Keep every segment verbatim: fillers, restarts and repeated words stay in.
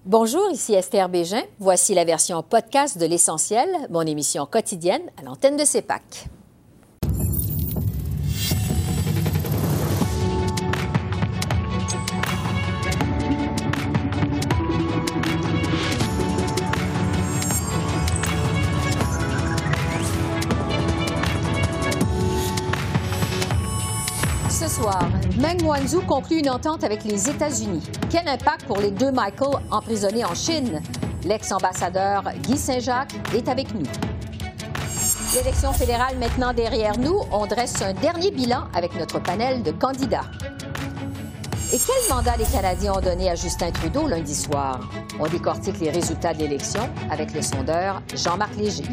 Bonjour, ici Esther Bégin. Voici la version podcast de L'Essentiel, mon émission quotidienne à l'antenne de CEPAC. Ce soir, Meng Wanzhou conclut une entente avec les États-Unis. Quel impact pour les deux Michael emprisonnés en Chine? L'ex-ambassadeur Guy Saint-Jacques est avec nous. L'élection fédérale maintenant derrière nous, on dresse un dernier bilan avec notre panel de candidats. Et quel mandat les Canadiens ont donné à Justin Trudeau lundi soir? On décortique les résultats de l'élection avec le sondeur Jean-Marc Léger.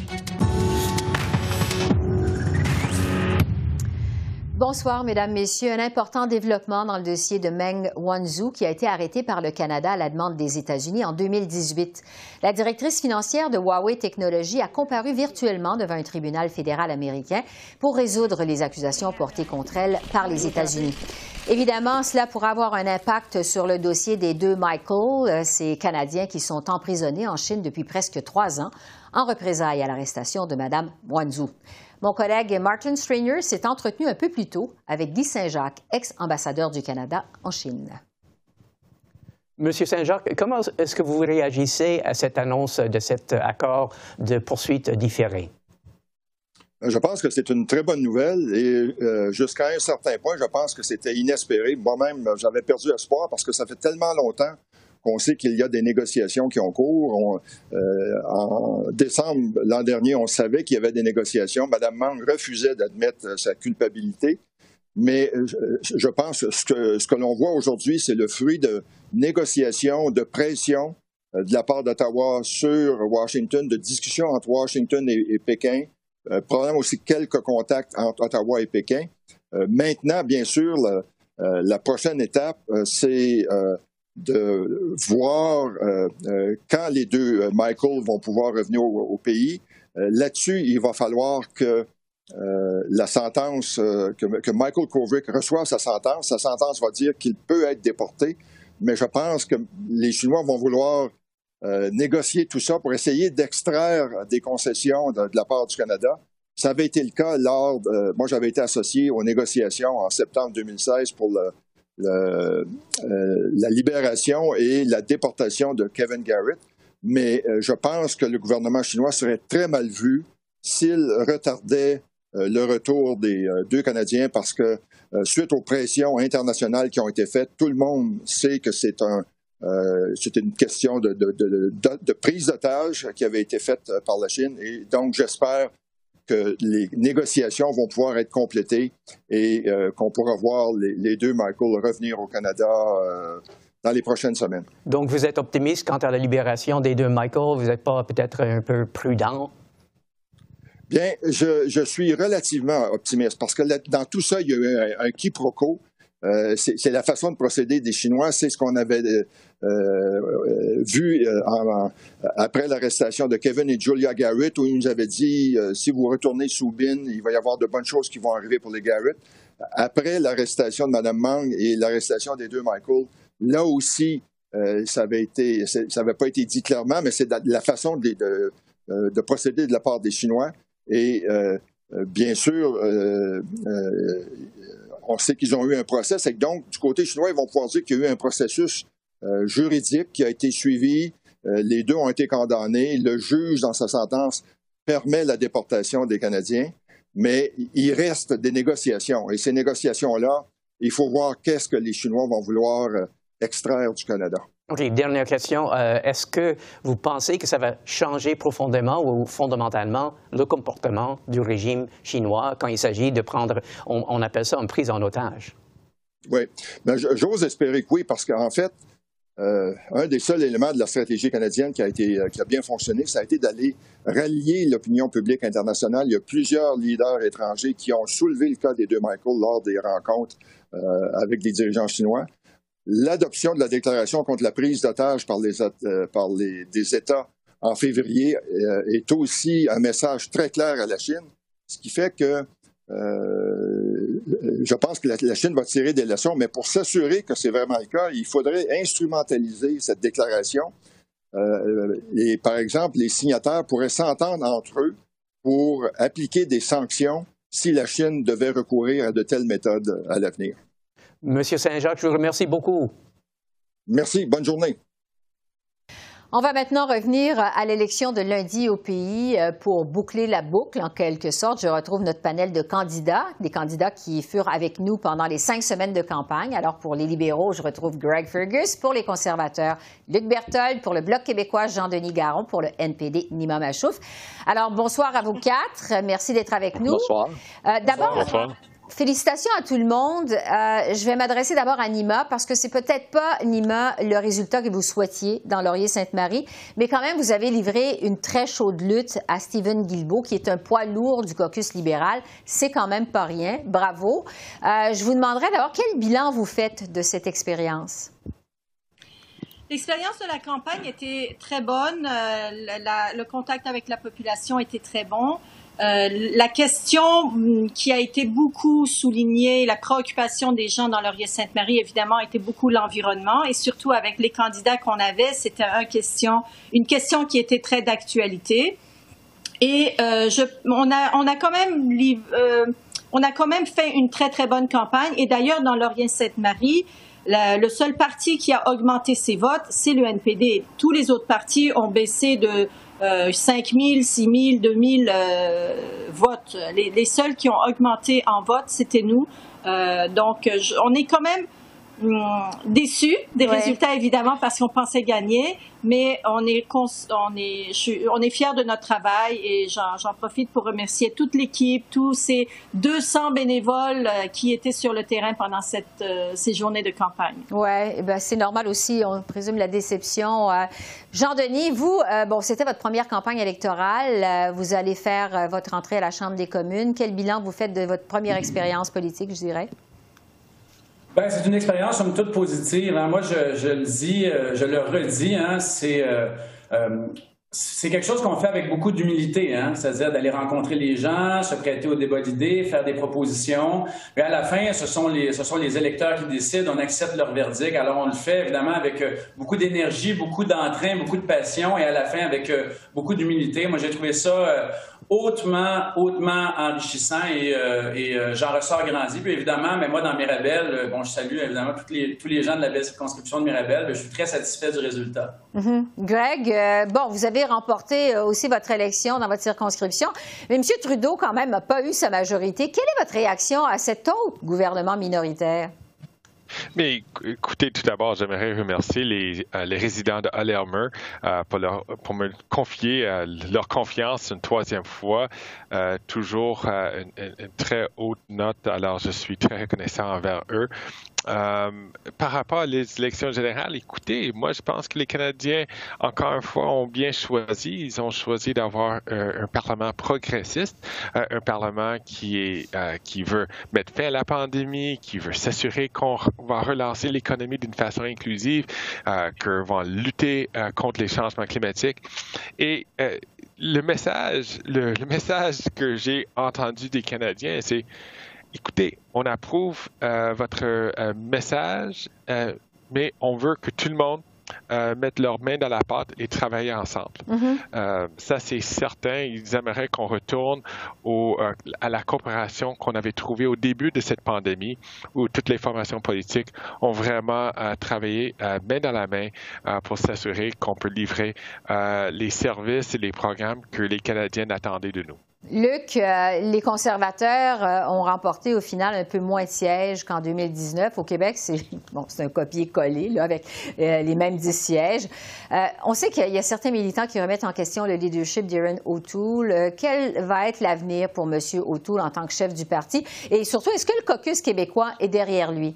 Bonsoir, Mesdames, Messieurs. Un important développement dans le dossier de Meng Wanzhou qui a été arrêté par le Canada à la demande des États-Unis en deux mille dix-huit. La directrice financière de Huawei Technologies a comparu virtuellement devant un tribunal fédéral américain pour résoudre les accusations portées contre elle par les États-Unis. Évidemment, cela pourra avoir un impact sur le dossier des deux Michael, ces Canadiens qui sont emprisonnés en Chine depuis presque trois ans en représailles à l'arrestation de Mme Wanzhou. Mon collègue Martin Stringer s'est entretenu un peu plus tôt avec Guy Saint-Jacques, ex-ambassadeur du Canada en Chine. Monsieur Saint-Jacques, comment est-ce que vous réagissez à cette annonce de cet accord de poursuite différée? Je pense que c'est une très bonne nouvelle et euh, jusqu'à un certain point, je pense que c'était inespéré. Moi-même, j'avais perdu espoir parce que ça fait tellement longtemps qu'on sait qu'il y a des négociations qui ont cours. On, euh, en décembre l'an dernier, on savait qu'il y avait des négociations. Mme Meng refusait d'admettre sa culpabilité. Mais je, je pense que ce que, ce que l'on voit aujourd'hui, c'est le fruit de négociations, de pression euh, de la part d'Ottawa sur Washington, de discussions entre Washington et, et Pékin. Euh, probablement aussi quelques contacts entre Ottawa et Pékin. Euh, maintenant, bien sûr, la, euh, la prochaine étape, euh, c'est euh, de voir euh, euh, quand les deux euh, Michael vont pouvoir revenir au, au pays. Euh, là-dessus, il va falloir que euh, la sentence, euh, que, que Michael Kovrig reçoive sa sentence. Sa sentence va dire qu'il peut être déporté, mais je pense que les Chinois vont vouloir euh, négocier tout ça pour essayer d'extraire des concessions de, de la part du Canada. Ça avait été le cas lors de, moi j'avais été associé aux négociations en septembre deux mille seize pour le Le, euh, la libération et la déportation de Kevin Garrett, mais euh, je pense que le gouvernement chinois serait très mal vu s'il retardait euh, le retour des euh, deux Canadiens parce que euh, suite aux pressions internationales qui ont été faites, tout le monde sait que c'est un euh, c'est une question de, de, de, de, de prise d'otage qui avait été faite par la Chine et donc j'espère que les négociations vont pouvoir être complétées et euh, qu'on pourra voir les, les deux Michael revenir au Canada euh, dans les prochaines semaines. Donc, vous êtes optimiste quant à la libération des deux Michael? Vous n'êtes pas peut-être un peu prudent? Bien, je, je suis relativement optimiste parce que là, dans tout ça, il y a eu un, un quiproquo. Euh, c'est, c'est la façon de procéder des Chinois. C'est ce qu'on avait euh, euh, vu euh, en, en, après l'arrestation de Kevin et Julia Garrett, où ils nous avaient dit euh, si vous retournez sous B I N, il va y avoir de bonnes choses qui vont arriver pour les Garrett. Après l'arrestation de Mme Meng et l'arrestation des deux Michael, là aussi, euh, ça avait été, ça n'avait pas été dit clairement, mais c'est de la façon de, de, de procéder de la part des Chinois. Et euh, bien sûr, euh, euh, on sait qu'ils ont eu un procès, et donc, du côté chinois, ils vont pouvoir dire qu'il y a eu un processus euh, juridique qui a été suivi. Euh, les deux ont été condamnés. Le juge, dans sa sentence, permet la déportation des Canadiens, mais il reste des négociations. Et ces négociations-là, il faut voir qu'est-ce que les Chinois vont vouloir euh, extraire du Canada. OK. Dernière question. Euh, est-ce que vous pensez que ça va changer profondément ou fondamentalement le comportement du régime chinois quand il s'agit de prendre, on, on appelle ça une prise en otage? Oui. Ben, j'ose espérer que oui, parce qu'en fait, euh, un des seuls éléments de la stratégie canadienne qui a, été, qui a bien fonctionné, ça a été d'aller rallier l'opinion publique internationale. Il y a plusieurs leaders étrangers qui ont soulevé le cas des deux Michael lors des rencontres euh, avec les dirigeants chinois. L'adoption de la déclaration contre la prise d'otages par, les, euh, par les, des États en février euh, est aussi un message très clair à la Chine, ce qui fait que euh, je pense que la, la Chine va tirer des leçons, mais pour s'assurer que c'est vraiment le cas, il faudrait instrumentaliser cette déclaration. Euh, et par exemple, les signataires pourraient s'entendre entre eux pour appliquer des sanctions si la Chine devait recourir à de telles méthodes à l'avenir. Monsieur Saint-Jacques, je vous remercie beaucoup. Merci. Bonne journée. On va maintenant revenir à l'élection de lundi au pays pour boucler la boucle, en quelque sorte. Je retrouve notre panel de candidats, des candidats qui furent avec nous pendant les cinq semaines de campagne. Alors, pour les libéraux, je retrouve Greg Fergus. Pour les conservateurs, Luc Berthold. Pour le Bloc québécois, Jean-Denis Garon. Pour le N P D, Nima Machouf. Alors, bonsoir à vous quatre. Merci d'être avec nous. Bonsoir. Euh, D'abord, bonsoir. Félicitations à tout le monde. Euh, je vais m'adresser d'abord à Nima parce que c'est peut-être pas, Nima, le résultat que vous souhaitiez dans Laurier-Sainte-Marie, mais quand même, vous avez livré une très chaude lutte à Stephen Guilbeault, qui est un poids lourd du caucus libéral. C'est quand même pas rien. Bravo. Euh, je vous demanderais d'abord quel bilan vous faites de cette expérience? L'expérience de la campagne était très bonne. Euh, la, la, le contact avec la population était très bon. Euh, la question qui a été beaucoup soulignée, la préoccupation des gens dans Laurier-Sainte-Marie, évidemment, était beaucoup l'environnement et surtout avec les candidats qu'on avait, c'était un question, une question qui était très d'actualité. Et euh, je, on a, on a quand même, euh, on a quand même fait une très très bonne campagne. Et d'ailleurs, dans Laurier-Sainte-Marie, la, le seul parti qui a augmenté ses votes, c'est le N P D. Tous les autres partis ont baissé de Euh, cinq mille, six mille, deux mille euh, votes. Les, les seuls qui ont augmenté en vote, c'était nous. Euh, donc, je, on est quand même hum, déçus des ouais. résultats, évidemment, parce qu'on pensait gagner, mais on est, on est, je, on est fiers de notre travail et j'en, j'en profite pour remercier toute l'équipe, tous ces deux cents bénévoles euh, qui étaient sur le terrain pendant cette, euh, ces journées de campagne. Oui, eh bien, c'est normal aussi, on présume la déception. Euh, Jean-Denis, vous, euh, bon, c'était votre première campagne électorale. Euh, vous allez faire euh, votre entrée à la Chambre des communes. Quel bilan vous faites de votre première expérience politique, je dirais? Bien, c'est une expérience somme toute positive. Hein. Moi, je, je le dis, euh, je le redis, hein, c'est euh, euh, c'est quelque chose qu'on fait avec beaucoup d'humilité, hein, c'est-à-dire d'aller rencontrer les gens, se prêter au débat d'idées, faire des propositions. Mais à la fin, ce sont les ce sont les électeurs qui décident, on accepte leur verdict. Alors, on le fait évidemment avec euh, beaucoup d'énergie, beaucoup d'entrain, beaucoup de passion et à la fin avec euh, beaucoup d'humilité. Moi, j'ai trouvé ça euh, hautement, hautement enrichissant et, euh, et euh, j'en ressors grandi. Puis évidemment, mais moi, dans Mirabel, euh, bon, je salue évidemment toutes les, tous les gens de la belle circonscription de Mirabel. Je suis très satisfait du résultat. Mm-hmm. Greg, euh, bon, vous avez remporté euh, aussi votre élection dans votre circonscription, mais M. Trudeau, quand même, n'a pas eu sa majorité. Quelle est votre réaction à cet autre gouvernement minoritaire? Mais écoutez, tout d'abord, j'aimerais remercier les, euh, les résidents de Hull-Elmer euh, pour, leur, pour me confier euh, leur confiance une troisième fois. Euh, toujours euh, une, une très haute note, alors je suis très reconnaissant envers eux. Euh, par rapport à les élections générales, écoutez, moi je pense que les Canadiens, encore une fois, ont bien choisi. Ils ont choisi d'avoir un, un Parlement progressiste, euh, un Parlement qui, est, euh, qui veut mettre fin à la pandémie, qui veut s'assurer qu'on va relancer l'économie d'une façon inclusive, euh, qu'on va lutter euh, contre les changements climatiques. Et euh, le message, le, le message que j'ai entendu des Canadiens, c'est écoutez, on approuve euh, votre euh, message, euh, mais on veut que tout le monde euh, mette leurs mains dans la pâte et travaille ensemble. Mm-hmm. Euh, ça, c'est certain. Ils aimeraient qu'on retourne au, euh, à la coopération qu'on avait trouvée au début de cette pandémie, où toutes les formations politiques ont vraiment euh, travaillé euh, main dans la main euh, pour s'assurer qu'on peut livrer euh, les services et les programmes que les Canadiens attendaient de nous. Luc, euh, les conservateurs euh, ont remporté au final un peu moins de sièges qu'en deux mille dix-neuf. Au Québec, c'est bon, c'est un copier-coller là, avec euh, les mêmes dix sièges. Euh, on sait qu'il y a certains militants qui remettent en question le leadership d'Erin O'Toole. Euh, quel va être l'avenir pour M. O'Toole en tant que chef du parti? Et surtout, est-ce que le caucus québécois est derrière lui?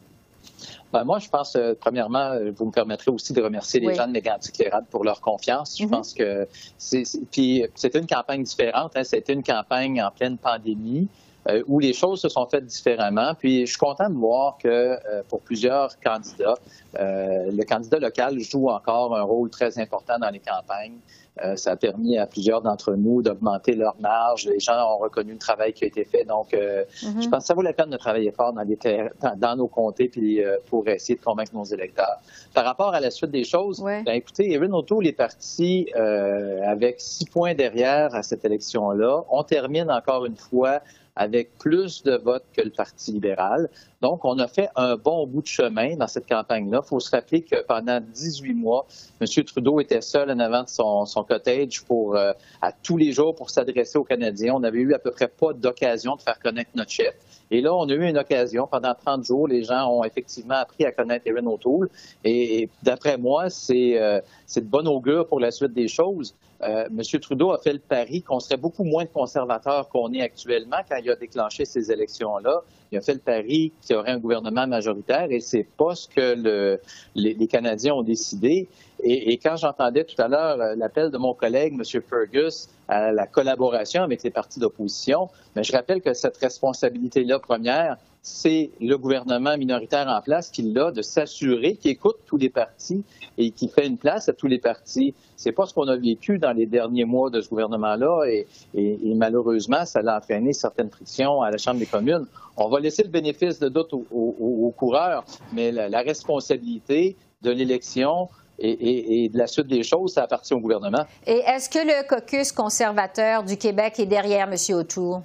Ben moi, je pense, euh, premièrement, vous me permettrez aussi de remercier les oui. gens de Mégantic-Lérade pour leur confiance. Je mm-hmm. pense que c'est, c'est... Puis, c'était une campagne différente. Hein, c'était une campagne en pleine pandémie. euh, où les choses se sont faites différemment. Puis je suis content de voir que euh, pour plusieurs candidats, euh, le candidat local joue encore un rôle très important dans les campagnes. Euh, ça a permis à plusieurs d'entre nous d'augmenter leur marge. Les gens ont reconnu le travail qui a été fait. Donc, euh, mm-hmm. je pense que ça vaut la peine de travailler fort dans, les ter- dans, dans nos comtés puis, euh, pour essayer de convaincre nos électeurs. Par rapport à la suite des choses, ouais. ben, écoutez, Erin O'Toole est parti euh, avec six points derrière à cette élection-là. On termine encore une fois avec plus de votes que le Parti libéral. Donc, on a fait un bon bout de chemin dans cette campagne-là. Il faut se rappeler que pendant dix-huit mois, M. Trudeau était seul en avant de son, son cottage pour, euh, à tous les jours pour s'adresser aux Canadiens. On n'avait eu à peu près pas d'occasion de faire connaître notre chef. Et là, on a eu une occasion. Pendant trente jours, les gens ont effectivement appris à connaître Erin O'Toole. Et, et d'après moi, c'est, euh, c'est de bonne augure pour la suite des choses. Euh, M. Trudeau a fait le pari qu'on serait beaucoup moins de conservateurs qu'on est actuellement quand il a déclenché ces élections-là. Il a fait le pari qu'il y aurait un gouvernement majoritaire et c'est pas ce que le, les, les Canadiens ont décidé. Et, et quand j'entendais tout à l'heure l'appel de mon collègue, M. Fergus, à la collaboration avec les partis d'opposition, mais je rappelle que cette responsabilité-là première, c'est le gouvernement minoritaire en place qui l'a, de s'assurer qu'il écoute tous les partis et qui fait une place à tous les partis. C'est pas ce qu'on a vécu dans les derniers mois de ce gouvernement-là et, et, et malheureusement, ça a entraîné certaines frictions à la Chambre des communes. On va laisser le bénéfice de doute aux, aux, aux coureurs, mais la, la responsabilité de l'élection Et, et, et de la suite des choses, ça appartient au gouvernement. Et est-ce que le caucus conservateur du Québec est derrière M. O'Toole?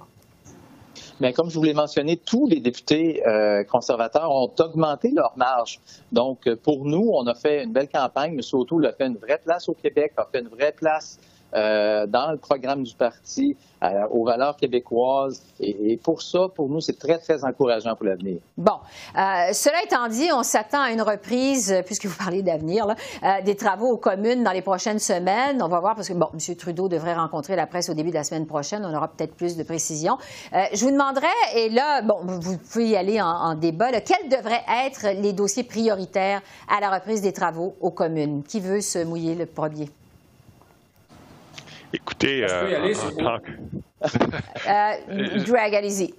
Bien, comme je vous l'ai mentionné, tous les députés euh, conservateurs ont augmenté leur marge. Donc, pour nous, on a fait une belle campagne. M. O'Toole a fait une vraie place au Québec, a fait une vraie place euh, dans le programme du parti, euh, aux valeurs québécoises. Et, et pour ça, pour nous, c'est très, très encourageant pour l'avenir. Bon. Euh, cela étant dit, on s'attend à une reprise, puisque vous parlez d'avenir, là, euh, des travaux aux communes dans les prochaines semaines. On va voir, parce que, bon, M. Trudeau devrait rencontrer la presse au début de la semaine prochaine. On aura peut-être plus de précisions. Euh, je vous demanderais, et là, bon, vous pouvez y aller en, en débat, là, quels devraient être les dossiers prioritaires à la reprise des travaux aux communes? Qui veut se mouiller le premier? Écoutez, euh, aller, en, en tant que... euh, Greg, allez-y.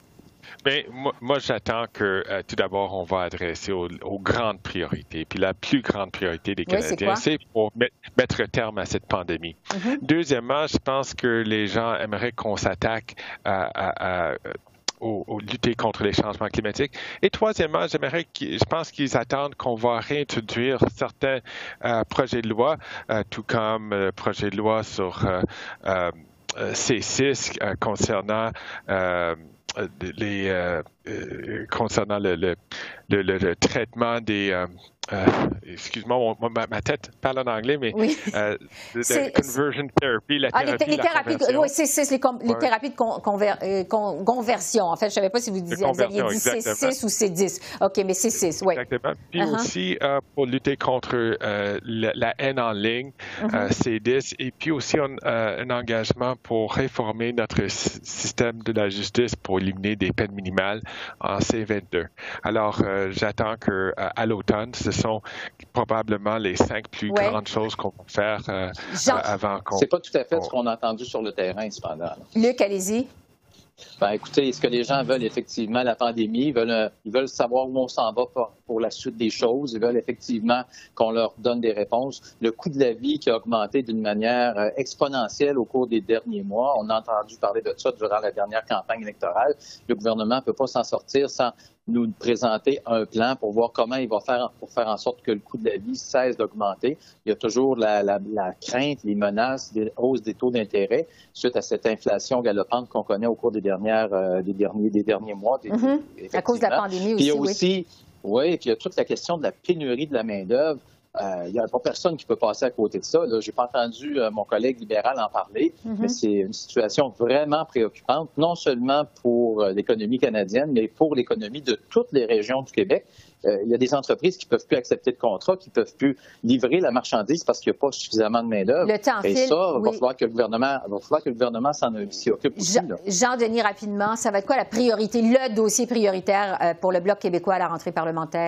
Bien, moi, moi j'attends que, euh, tout d'abord, on va adresser aux, aux grandes priorités. Puis la plus grande priorité des Canadiens, oui, c'est, c'est pour met, mettre terme à cette pandémie. Mm-hmm. Deuxièmement, je pense que les gens aimeraient qu'on s'attaque à... à, à Au, au lutter contre les changements climatiques. Et troisièmement, j'aimerais qu'ils, je pense qu'ils attendent qu'on va réintroduire certains euh, projets de loi, euh, tout comme le euh, projet de loi sur euh, euh, C six euh, concernant euh, les euh, euh, concernant le, le, le, le traitement des euh, Euh, excuse-moi, mon, ma, ma tête parle en anglais, mais oui. euh, de conversion therapy, la ah, thérapie les, les la thérapies, conversion. Oui, c'est, c'est les, com- ouais. les thérapies de con- conver- euh, con- conversion. En fait, je ne savais pas si vous, disiez, vous aviez dit C six ou C dix. OK, mais C six, oui. Exactement. Puis uh-huh. aussi, euh, pour lutter contre euh, la, la haine en ligne, uh-huh. euh, C dix, et puis aussi on, euh, un engagement pour réformer notre s- système de la justice pour éliminer des peines minimales en C vingt-deux. Alors, euh, j'attends qu'à à l'automne, ce sont probablement les cinq plus ouais. grandes choses qu'on peut faire euh, Jean... avant qu'on... C'est pas tout à fait on... ce qu'on a entendu sur le terrain, cependant. Luc, allez-y. Ben, écoutez, ce que les gens veulent effectivement, la pandémie, ils veulent, ils veulent savoir où on s'en va pour, pour la suite des choses. Ils veulent effectivement qu'on leur donne des réponses. Le coût de la vie qui a augmenté d'une manière exponentielle au cours des derniers mois. On a entendu parler de ça durant la dernière campagne électorale. Le gouvernement ne peut pas s'en sortir sans nous présenter un plan pour voir comment il va faire pour faire en sorte que le coût de la vie cesse d'augmenter. Il y a toujours la, la, la crainte, les menaces des hausses des taux d'intérêt suite à cette inflation galopante qu'on connaît au cours des dernières euh, des derniers des derniers mois. Des, mm-hmm. À cause de la pandémie aussi. Puis il y a aussi, oui. oui, puis il y a toute la question de la pénurie de la main-d'œuvre. Il n'y euh, a pas personne qui peut passer à côté de ça. Je n'ai pas entendu euh, mon collègue libéral en parler, mm-hmm. mais c'est une situation vraiment préoccupante, non seulement pour euh, l'économie canadienne, mais pour l'économie de toutes les régions du Québec. Il euh, y a des entreprises qui ne peuvent plus accepter de contrat, qui ne peuvent plus livrer la marchandise parce qu'il n'y a pas suffisamment de main-d'œuvre. Le temps Et file, ça, il oui. va falloir que le gouvernement, va falloir que le gouvernement s'en s'y occupe aussi. Jean, Jean-Denis, rapidement, ça va être quoi la priorité, le dossier prioritaire euh, pour le Bloc québécois à la rentrée parlementaire?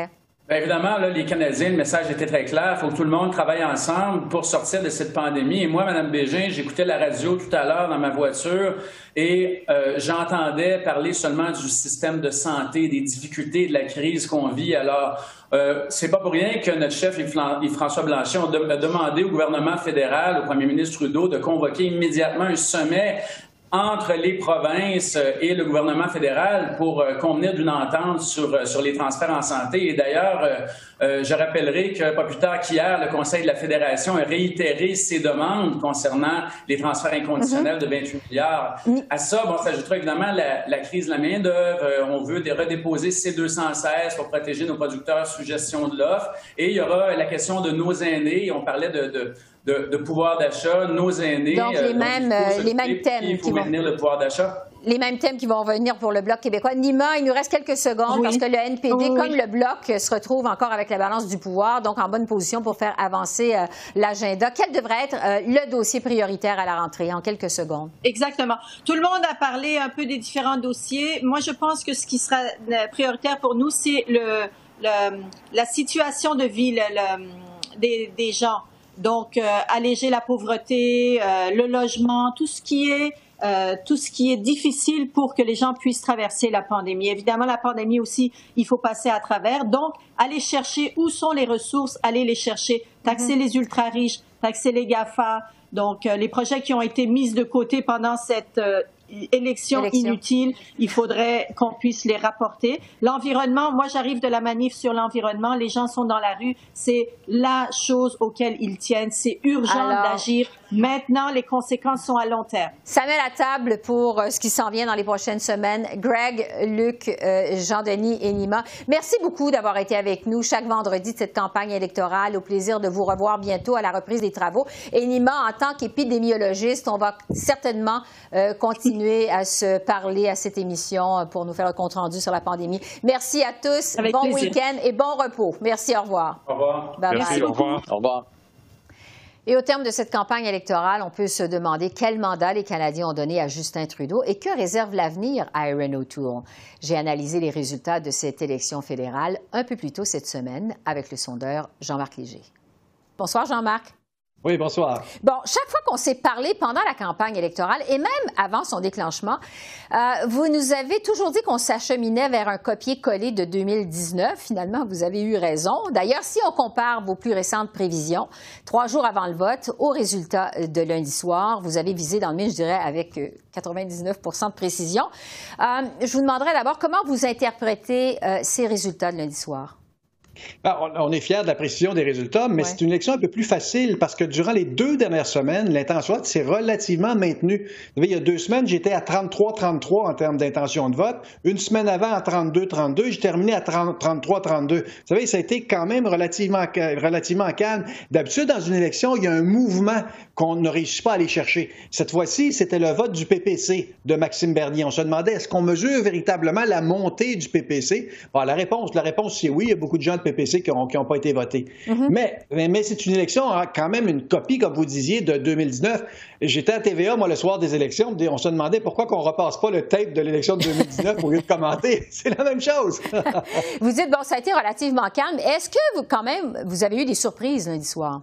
Bien évidemment, là, les Canadiens, le message était très clair. Il faut que tout le monde travaille ensemble pour sortir de cette pandémie. Et moi, Mme Bégin, j'écoutais la radio tout à l'heure dans ma voiture et euh, j'entendais parler seulement du système de santé, des difficultés de la crise qu'on vit. Alors, euh, c'est pas pour rien que notre chef, Yves-François Blanchet, a demandé au gouvernement fédéral, au premier ministre Trudeau, de convoquer immédiatement un sommet entre les provinces et le gouvernement fédéral pour euh, convenir d'une entente sur, euh, sur les transferts en santé. Et d'ailleurs, euh, euh, je rappellerai que pas plus tard qu'hier, le Conseil de la Fédération a réitéré ses demandes concernant les transferts inconditionnels mm-hmm. de vingt-huit milliards. Mm-hmm. À ça, bon, s'ajoutera évidemment la, la crise de la main-d'œuvre. Euh, on veut des, redéposer C deux cent seize pour protéger nos producteurs sous gestion de l'offre. Et il y aura la question de nos aînés. On parlait de... de De, de pouvoir d'achat, nos aînés. Donc, les, euh, mêmes, donc les mêmes thèmes qui vont maintenir le pouvoir d'achat. Les mêmes thèmes qui vont venir pour le Bloc québécois. Nima, il nous reste quelques secondes oui. parce que le N P D, oui. comme le Bloc, se retrouve encore avec la balance du pouvoir, donc en bonne position pour faire avancer euh, l'agenda. Quel devrait être euh, le dossier prioritaire à la rentrée, en quelques secondes? Exactement. Tout le monde a parlé un peu des différents dossiers. Moi, je pense que ce qui sera prioritaire pour nous, c'est le, le, la situation de vie le, le, des, des gens. Donc, euh, alléger la pauvreté, euh, le logement, tout ce qui est euh, tout ce qui est difficile pour que les gens puissent traverser la pandémie. Évidemment, la pandémie aussi, il faut passer à travers. Donc, aller chercher où sont les ressources, aller les chercher, taxer mm-hmm. les ultra-riches, taxer les GAFA. Donc, euh, les projets qui ont été mis de côté pendant cette euh, élection, élection inutile, il faudrait qu'on puisse les rapporter. L'environnement, moi j'arrive de la manif sur l'environnement, les gens sont dans la rue, c'est la chose auquel ils tiennent, c'est urgent Alors, d'agir. Maintenant, les conséquences sont à long terme. Ça met la table pour euh, ce qui s'en vient dans les prochaines semaines. Greg, Luc, euh, Jean-Denis et Nima, merci beaucoup d'avoir été avec nous chaque vendredi de cette campagne électorale. Au plaisir de vous revoir bientôt à la reprise des travaux. Et Nima, en tant qu'épidémiologiste, on va certainement euh, continuer à se parler à cette émission pour nous faire un compte-rendu sur la pandémie. Merci à tous. Avec bon week-end et bon repos. Merci, au revoir. Au revoir. Bye Merci, bye. au revoir. Au revoir. Et au terme de cette campagne électorale, on peut se demander quel mandat les Canadiens ont donné à Justin Trudeau et que réserve l'avenir à Erin O'Toole. J'ai analysé les résultats de cette élection fédérale un peu plus tôt cette semaine avec le sondeur Jean-Marc Léger. Bonsoir Jean-Marc. Oui, bonsoir. Bon, chaque fois qu'on s'est parlé pendant la campagne électorale et même avant son déclenchement, euh, vous nous avez toujours dit qu'on s'acheminait vers un copier-coller de deux mille dix-neuf. Finalement, vous avez eu raison. D'ailleurs, si on compare vos plus récentes prévisions, trois jours avant le vote, aux résultats de lundi soir, vous avez visé dans le mille, je dirais, avec quatre-vingt-dix-neuf pour cent de précision. Euh, je vous demanderais d'abord comment vous interprétez euh, ces résultats de lundi soir. Ben, on est fiers de la précision des résultats, mais ouais. c'est une élection un peu plus facile parce que durant les deux dernières semaines, l'intention de vote s'est relativement maintenue. Vous savez, il y a deux semaines, j'étais à trente-trois trente-trois en termes d'intention de vote. Une semaine avant, à trente-deux trente-deux. J'ai terminé à trente-trois trente-deux. Vous savez, ça a été quand même relativement, relativement calme. D'habitude, dans une élection, il y a un mouvement qu'on ne réussit pas à aller chercher. Cette fois-ci, c'était le vote du P P C de Maxime Bernier. On se demandait, est-ce qu'on mesure véritablement la montée du P P C? Bon, la réponse, la réponse, c'est oui. Il y a beaucoup de gens de P P C qui n'ont qui ont pas été votés. Mm-hmm. Mais, mais, mais c'est une élection, hein, quand même une copie, comme vous disiez, de deux mille dix-neuf. J'étais à T V A, moi, le soir des élections. On se demandait pourquoi qu'on ne repasse pas le tape de l'élection de deux mille dix-neuf au lieu de commenter. C'est la même chose. Vous dites, bon, ça a été relativement calme. Est-ce que, vous, quand même, vous avez eu des surprises lundi soir?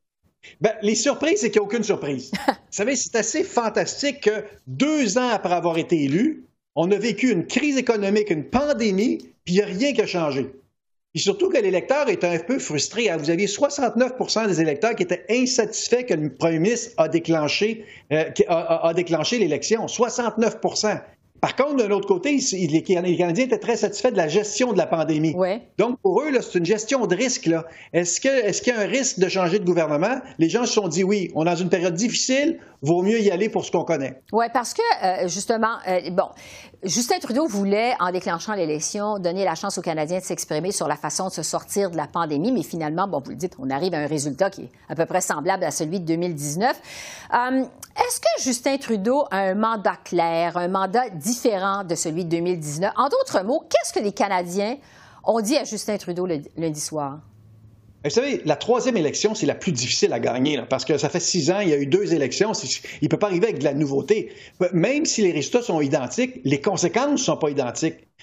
Bien, les surprises, c'est qu'il n'y a aucune surprise. Vous savez, c'est assez fantastique que deux ans après avoir été élu, on a vécu une crise économique, une pandémie, puis il n'y a rien qui a changé. Et surtout que l'électeur est un peu frustré. Vous aviez soixante-neuf pour cent des électeurs qui étaient insatisfaits que le premier ministre a déclenché, euh, a, a déclenché l'élection. soixante-neuf pour cent. Par contre, d'un autre côté, les Canadiens étaient très satisfaits de la gestion de la pandémie. Ouais. Donc, pour eux, là, c'est une gestion de risque. Là. Est-ce que, est-ce qu'il y a un risque de changer de gouvernement? Les gens se sont dit oui, on est dans une période difficile, vaut mieux y aller pour ce qu'on connaît. Oui, parce que, euh, justement, euh, bon, Justin Trudeau voulait, en déclenchant l'élection, donner la chance aux Canadiens de s'exprimer sur la façon de se sortir de la pandémie, mais finalement, bon, vous le dites, on arrive à un résultat qui est à peu près semblable à celui de deux mille dix-neuf. Euh, est-ce que Justin Trudeau a un mandat clair, un mandat différent de celui de deux mille dix-neuf? En d'autres mots, qu'est-ce que les Canadiens ont dit à Justin Trudeau le lundi soir? Vous savez, la troisième élection, c'est la plus difficile à gagner, là, parce que ça fait six ans, il y a eu deux élections, il ne peut pas arriver avec de la nouveauté. Même si les résultats sont identiques, les conséquences ne sont pas identiques.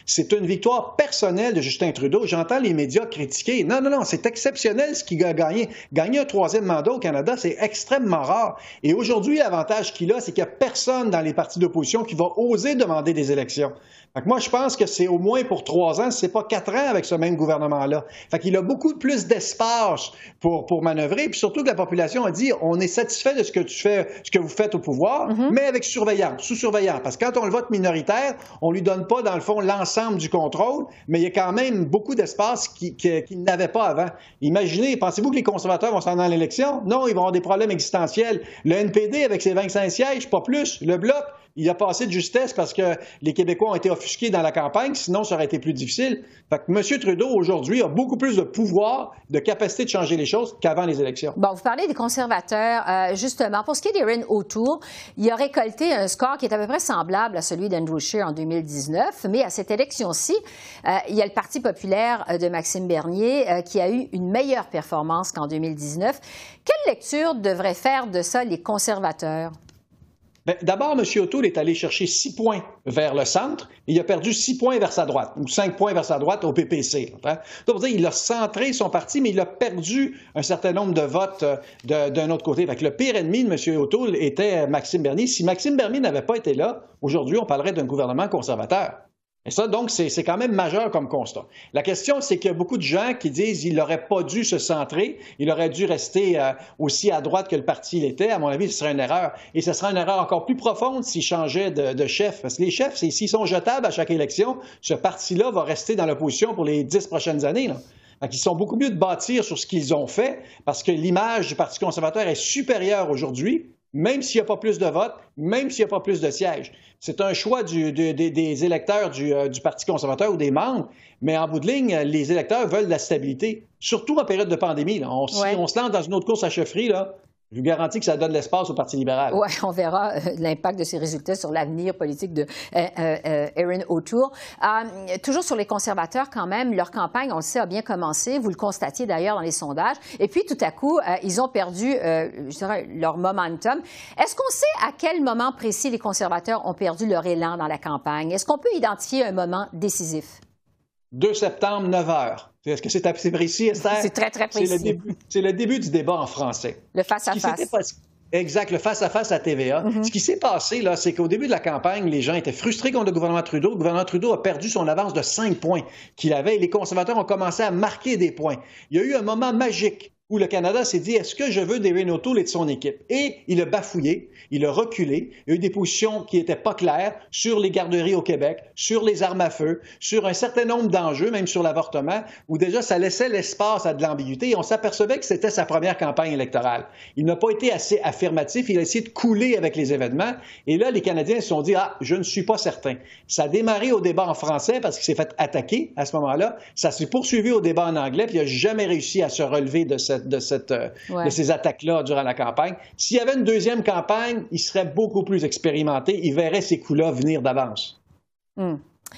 C'est une victoire personnelle de Justin Trudeau. J'entends les médias critiquer. Non, non, non, c'est exceptionnel ce qu'il a gagné. Gagner un troisième mandat au Canada, c'est extrêmement rare. Et aujourd'hui, l'avantage qu'il a, c'est qu'il n'y a personne dans les partis d'opposition qui va oser demander des élections. Fait que moi, je pense que c'est au moins pour trois ans, si c'est pas quatre ans avec ce même gouvernement-là. Fait qu'il a beaucoup plus d'espace pour, pour manœuvrer. Puis surtout que la population a dit, on est satisfait de ce que tu fais, ce que vous faites au pouvoir, mm-hmm. mais avec surveillance, sous surveillance. Parce que quand on le vote minoritaire, on lui donne pas, dans le fond, l'ensemble du contrôle, mais il y a quand même beaucoup d'espace qu'il qui, qui n'avait pas avant. Imaginez, pensez-vous que les conservateurs vont s'en aller à l'élection? Non, ils vont avoir des problèmes existentiels. Le N P D, avec ses vingt-cinq sièges, pas plus. Le Bloc, il a passé de justesse parce que les Québécois ont été offusqués dans la campagne, sinon ça aurait été plus difficile. Fait que M. Trudeau, aujourd'hui, a beaucoup plus de pouvoir, de capacité de changer les choses qu'avant les élections. Bon, vous parlez des conservateurs. Euh, justement, pour ce qui est d'Erin O'Toole, il a récolté un score qui est à peu près semblable à celui d'Andrew Scheer en deux mille dix-neuf, mais à cette élection-ci, euh, il y a le Parti populaire de Maxime Bernier euh, qui a eu une meilleure performance qu'en deux mille dix-neuf. Quelle lecture devraient faire de ça les conservateurs? Bien, d'abord, M. O'Toole est allé chercher six points vers le centre et il a perdu six points vers sa droite, ou cinq points vers sa droite au P P C. Hein? Donc, il a centré son parti, mais il a perdu un certain nombre de votes de, d'un autre côté. Fait que le pire ennemi de M. O'Toole était Maxime Bernier. Si Maxime Bernier n'avait pas été là, aujourd'hui, on parlerait d'un gouvernement conservateur. Et ça, donc, c'est, c'est quand même majeur comme constat. La question, c'est qu'il y a beaucoup de gens qui disent qu'il n'aurait pas dû se centrer, il aurait dû rester euh, aussi à droite que le parti l'était. À mon avis, ce serait une erreur. Et ce sera une erreur encore plus profonde s'il changeait de, de chef. Parce que les chefs, c'est, s'ils sont jetables à chaque élection, ce parti-là va rester dans l'opposition pour les dix prochaines années, là. Donc, ils sont beaucoup mieux de bâtir sur ce qu'ils ont fait, parce que l'image du Parti conservateur est supérieure aujourd'hui, même s'il n'y a pas plus de votes, même s'il n'y a pas plus de sièges. C'est un choix du, de, de, des électeurs du, euh, du Parti conservateur ou des membres, mais en bout de ligne, les électeurs veulent de la stabilité, surtout en période de pandémie. Là. On, ouais. Si on se lance dans une autre course à chefferie, là, je vous garantis que ça donne l'espace au Parti libéral. Oui, on verra euh, l'impact de ces résultats sur l'avenir politique de euh, euh, Erin O'Toole. Euh, toujours sur les conservateurs, quand même, leur campagne, on le sait, a bien commencé. Vous le constatiez d'ailleurs dans les sondages. Et puis, tout à coup, euh, ils ont perdu euh, je dirais, leur momentum. Est-ce qu'on sait à quel moment précis les conservateurs ont perdu leur élan dans la campagne? Est-ce qu'on peut identifier un moment décisif? deux septembre, neuf heures. Est-ce que c'est assez précis, Esther? C'est très, très précis. C'est le début, c'est le début du débat en français. Le face-à-face. Exact, le face-à-face à T V A. Mm-hmm. Ce qui s'est passé, là, c'est qu'au début de la campagne, les gens étaient frustrés contre le gouvernement Trudeau. Le gouvernement Trudeau a perdu son avance de cinq points qu'il avait et les conservateurs ont commencé à marquer des points. Il y a eu un moment magique où le Canada s'est dit, est-ce que je veux d'Erin O'Toole et de son équipe? Et il a bafouillé, il a reculé, il y a eu des positions qui n'étaient pas claires sur les garderies au Québec, sur les armes à feu, sur un certain nombre d'enjeux, même sur l'avortement, où déjà ça laissait l'espace à de l'ambiguïté et on s'apercevait que c'était sa première campagne électorale. Il n'a pas été assez affirmatif, il a essayé de couler avec les événements et là, les Canadiens se sont dit, ah, je ne suis pas certain. Ça a démarré au débat en français parce qu'il s'est fait attaquer à ce moment-là, ça s'est poursuivi au débat en anglais puis il n'a jamais réussi à se relever de cette De, cette, ouais. de ces attaques-là durant la campagne. S'il y avait une deuxième campagne, il serait beaucoup plus expérimenté. Il verrait ces coups-là venir d'avance. Hum.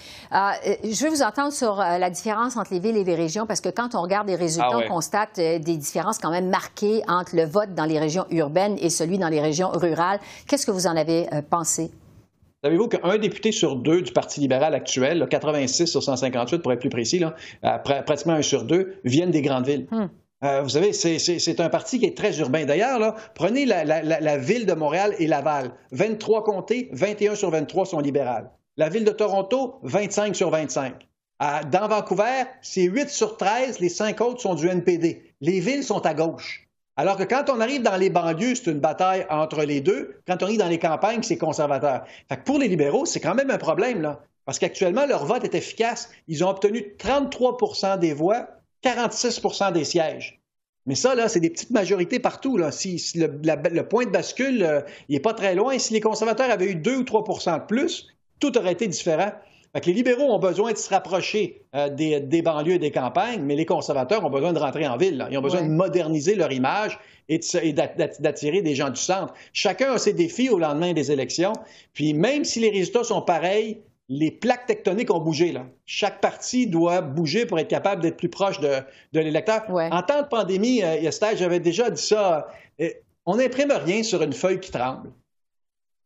Euh, je veux vous entendre sur euh, la différence entre les villes et les régions, parce que quand on regarde les résultats, ah ouais. on constate euh, des différences quand même marquées entre le vote dans les régions urbaines et celui dans les régions rurales. Qu'est-ce que vous en avez euh, pensé? Savez-vous qu'un député sur deux du Parti libéral actuel, là, quatre-vingt-six sur cent cinquante-huit pour être plus précis, là, euh, pr- pratiquement un sur deux, viennent des grandes villes? Hum. Euh, vous savez, c'est, c'est, c'est un parti qui est très urbain. D'ailleurs, là, prenez la, la, la, la ville de Montréal et Laval. vingt-trois comtés, vingt et un sur vingt-trois sont libérales. La ville de Toronto, vingt-cinq sur vingt-cinq. À, dans Vancouver, c'est huit sur treize, les cinq autres sont du N P D. Les villes sont à gauche. Alors que quand on arrive dans les banlieues, c'est une bataille entre les deux. Quand on arrive dans les campagnes, c'est conservateur. Fait que pour les libéraux, c'est quand même un problème, là. Parce qu'actuellement, leur vote est efficace. Ils ont obtenu trente-trois pour cent des voix, quarante-six pour cent des sièges. Mais ça, là, c'est des petites majorités partout. Là. Si, si le, la, le point de bascule, euh, il n'est pas très loin. Si les conservateurs avaient eu deux ou trois pour cent de plus, tout aurait été différent. Fait que les libéraux ont besoin de se rapprocher euh, des, des banlieues et des campagnes, mais les conservateurs ont besoin de rentrer en ville. Là. Ils ont besoin ouais. de moderniser leur image et, de, et d'attirer des gens du centre. Chacun a ses défis au lendemain des élections. Puis même si les résultats sont pareils, les plaques tectoniques ont bougé. Là. Chaque parti doit bouger pour être capable d'être plus proche de, de l'électeur. Ouais. En temps de pandémie, euh, Esther, j'avais déjà dit ça, euh, on n'imprime rien sur une feuille qui tremble.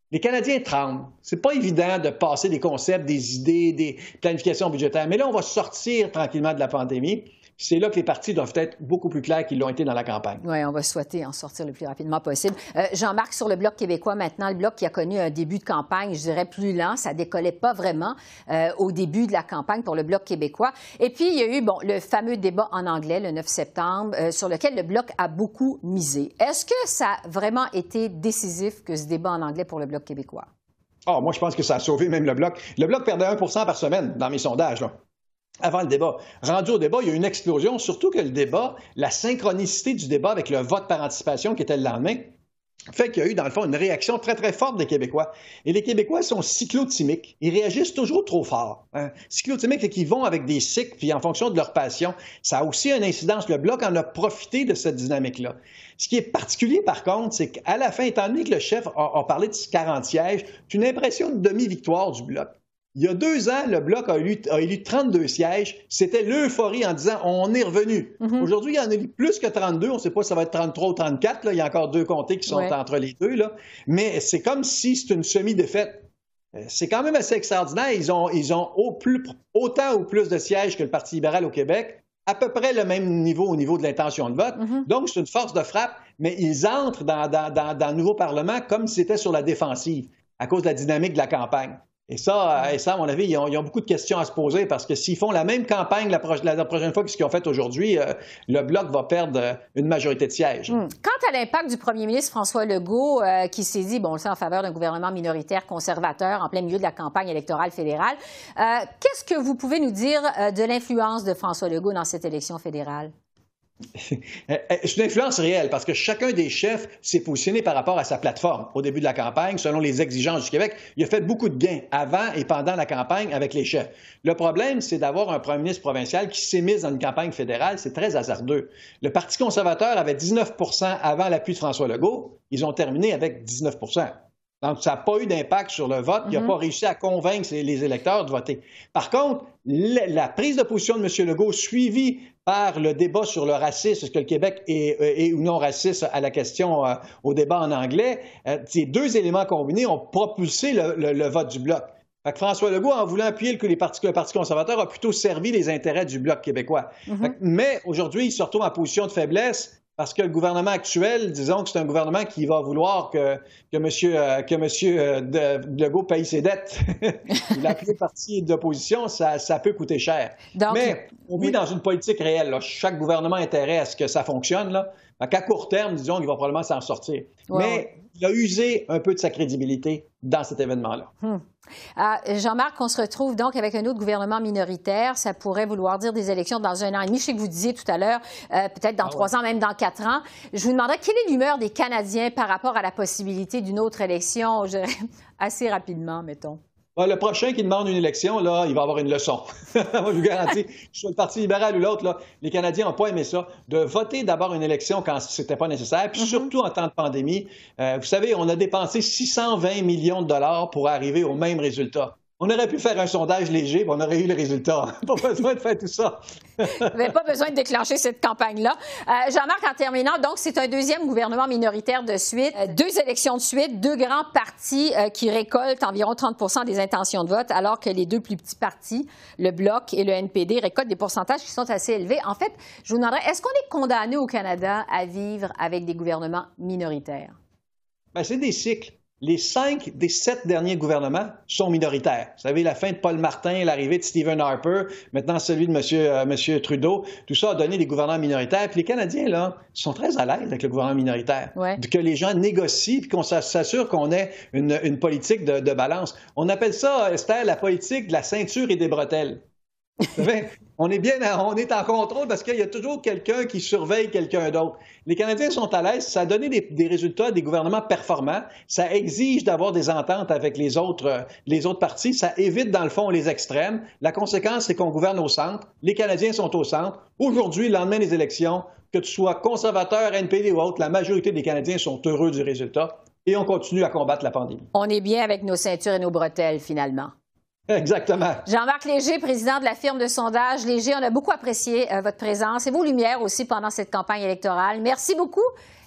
Les Canadiens tremblent. C'est pas évident de passer des concepts, des idées, des planifications budgétaires. Mais là, on va sortir tranquillement de la pandémie. C'est là que les partis doivent être beaucoup plus clairs qu'ils l'ont été dans la campagne. Oui, on va souhaiter en sortir le plus rapidement possible. Euh, Jean-Marc, sur le Bloc québécois maintenant, le Bloc qui a connu un début de campagne, je dirais, plus lent. Ça décollait pas vraiment euh, au début de la campagne pour le Bloc québécois. Et puis, il y a eu, bon, le fameux débat en anglais, le neuf septembre, euh, sur lequel le Bloc a beaucoup misé. Est-ce que ça a vraiment été décisif que ce débat en anglais pour le Bloc québécois? Oh, moi, je pense que ça a sauvé même le Bloc. Le Bloc perdait un pour cent par semaine dans mes sondages, là. Avant le débat. Rendu au débat, il y a eu une explosion, surtout que le débat, la synchronicité du débat avec le vote par anticipation qui était le lendemain, fait qu'il y a eu, dans le fond, une réaction très, très forte des Québécois. Et les Québécois sont cyclotimiques. Ils réagissent toujours trop fort. Hein? Cyclotimiques, c'est qu'ils vont avec des cycles, puis en fonction de leur passion. Ça a aussi une incidence. Le Bloc en a profité de cette dynamique-là. Ce qui est particulier, par contre, c'est qu'à la fin, étant donné que le chef a, a parlé de quarante sièges, c'est une impression de demi-victoire du Bloc. Il y a deux ans, le Bloc a élu, a élu trente-deux sièges. C'était l'euphorie en disant « on est revenu mm-hmm. ». Aujourd'hui, il y en a eu plus que trente-deux. On ne sait pas si ça va être trente-trois ou trente-quatre. Là. Il y a encore deux comtés qui sont ouais. entre les deux. Là. Mais c'est comme si c'est une semi-défaite. C'est quand même assez extraordinaire. Ils ont, ils ont au plus, autant ou plus de sièges que le Parti libéral au Québec, à peu près le même niveau au niveau de l'intention de vote. Mm-hmm. Donc, c'est une force de frappe, mais ils entrent dans, dans, dans, dans le nouveau Parlement comme si c'était sur la défensive à cause de la dynamique de la campagne. Et ça, et ça, à mon avis, ils ont, ils ont beaucoup de questions à se poser parce que s'ils font la même campagne la, pro la, la prochaine fois que ce qu'ils ont fait aujourd'hui, euh, le Bloc va perdre une majorité de sièges. Mmh. Quant à l'impact du premier ministre François Legault, euh, qui s'est dit, bon, on le sait, en faveur d'un gouvernement minoritaire conservateur en plein milieu de la campagne électorale fédérale, euh, qu'est-ce que vous pouvez nous dire euh, de l'influence de François Legault dans cette élection fédérale? C'est une influence réelle parce que chacun des chefs s'est positionné par rapport à sa plateforme au début de la campagne, selon les exigences du Québec. Il a fait beaucoup de gains avant et pendant la campagne avec les chefs. Le problème, c'est d'avoir un premier ministre provincial qui s'est mis dans une campagne fédérale. C'est très hasardeux. Le Parti conservateur avait dix-neuf pour cent avant l'appui de François Legault. Ils ont terminé avec dix-neuf pour cent. Donc, ça n'a pas eu d'impact sur le vote. Il n'a mm-hmm. pas réussi à convaincre les électeurs de voter. Par contre, la, la prise de position de M. Legault, suivie par le débat sur le racisme, est-ce que le Québec est, est ou non raciste à la question euh, au débat en anglais, euh, ces deux éléments combinés ont propulsé le, le, le vote du Bloc. Fait que François Legault, en voulant appuyer le, les partis, le Parti conservateur, a plutôt servi les intérêts du Bloc québécois. Mm-hmm. Fait que, mais aujourd'hui, il se retrouve en position de faiblesse. Parce que le gouvernement actuel, disons que c'est un gouvernement qui va vouloir que, que M. Euh, que monsieur, euh, de, Legault paye ses dettes. Il a appelé le parti d'opposition, ça, ça peut coûter cher. Donc, mais on vit oui. dans une politique réelle. Là. Chaque gouvernement a intérêt à ce que ça fonctionne. Là. Donc, à court terme, disons, il va probablement s'en sortir. Ouais, mais ouais. il a usé un peu de sa crédibilité dans cet événement-là. Hum. Euh, Jean-Marc, on se retrouve donc avec un autre gouvernement minoritaire. Ça pourrait vouloir dire des élections dans un an et demi. Je sais que vous disiez tout à l'heure, euh, peut-être dans ah trois ouais. ans, même dans quatre ans. Je vous demanderais quelle est l'humeur des Canadiens par rapport à la possibilité d'une autre élection, je dirais, assez rapidement, mettons. Le prochain qui demande une élection, là, il va avoir une leçon. Je vous garantis, que ce soit le Parti libéral ou l'autre, là, les Canadiens n'ont pas aimé ça. De voter d'abord une élection quand c'était pas nécessaire, puis mm-hmm. surtout en temps de pandémie. Euh, vous savez, on a dépensé six cent vingt millions de dollars pour arriver au même résultat. On aurait pu faire un sondage léger, puis on aurait eu le résultat. Pas besoin de faire tout ça. Vous n'avez pas besoin de déclencher cette campagne-là. Euh, Jean-Marc, en terminant, donc, c'est un deuxième gouvernement minoritaire de suite. Euh, deux élections de suite, deux grands partis euh, qui récoltent environ trente pour cent des intentions de vote, alors que les deux plus petits partis, le Bloc et le N P D, récoltent des pourcentages qui sont assez élevés. En fait, je vous demanderais, est-ce qu'on est condamné au Canada à vivre avec des gouvernements minoritaires? Bien, c'est des cycles. Les cinq des sept derniers gouvernements sont minoritaires. Vous savez, la fin de Paul Martin, l'arrivée de Stephen Harper, maintenant celui de M. Euh, M. Trudeau, tout ça a donné des gouvernements minoritaires. Puis les Canadiens, là, sont très à l'aise avec le gouvernement minoritaire. Ouais. Que les gens négocient puis qu'on s'assure qu'on ait une, une politique de, de balance. On appelle ça, Esther, la politique de la ceinture et des bretelles. Vous savez, on est bien, on est en contrôle parce qu'il y a toujours quelqu'un qui surveille quelqu'un d'autre. Les Canadiens sont à l'aise, ça a donné des, des résultats, des gouvernements performants, ça exige d'avoir des ententes avec les autres, les autres partis, ça évite dans le fond les extrêmes. La conséquence, c'est qu'on gouverne au centre, les Canadiens sont au centre. Aujourd'hui, le lendemain des élections, que tu sois conservateur, N P D ou autre, la majorité des Canadiens sont heureux du résultat et on continue à combattre la pandémie. On est bien avec nos ceintures et nos bretelles, finalement. Exactement. Jean-Marc Léger, président de la firme de sondage Léger, on a beaucoup apprécié euh, votre présence et vos lumières aussi pendant cette campagne électorale. Merci beaucoup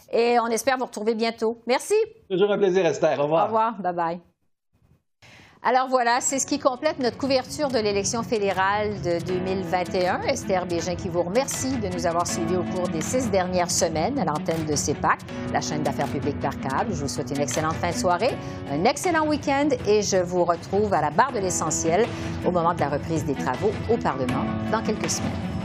Et on espère vous retrouver bientôt. Merci. Toujours un plaisir, Esther. Au revoir. Au revoir. Bye-bye. Alors voilà, c'est ce qui complète notre couverture de l'élection fédérale de deux mille vingt et un. Esther Bégin qui vous remercie de nous avoir suivis au cours des six dernières semaines à l'antenne de C E P A C, la chaîne d'affaires publiques par câble. Je vous souhaite une excellente fin de soirée, un excellent week-end et je vous retrouve à la barre de l'essentiel au moment de la reprise des travaux au Parlement dans quelques semaines.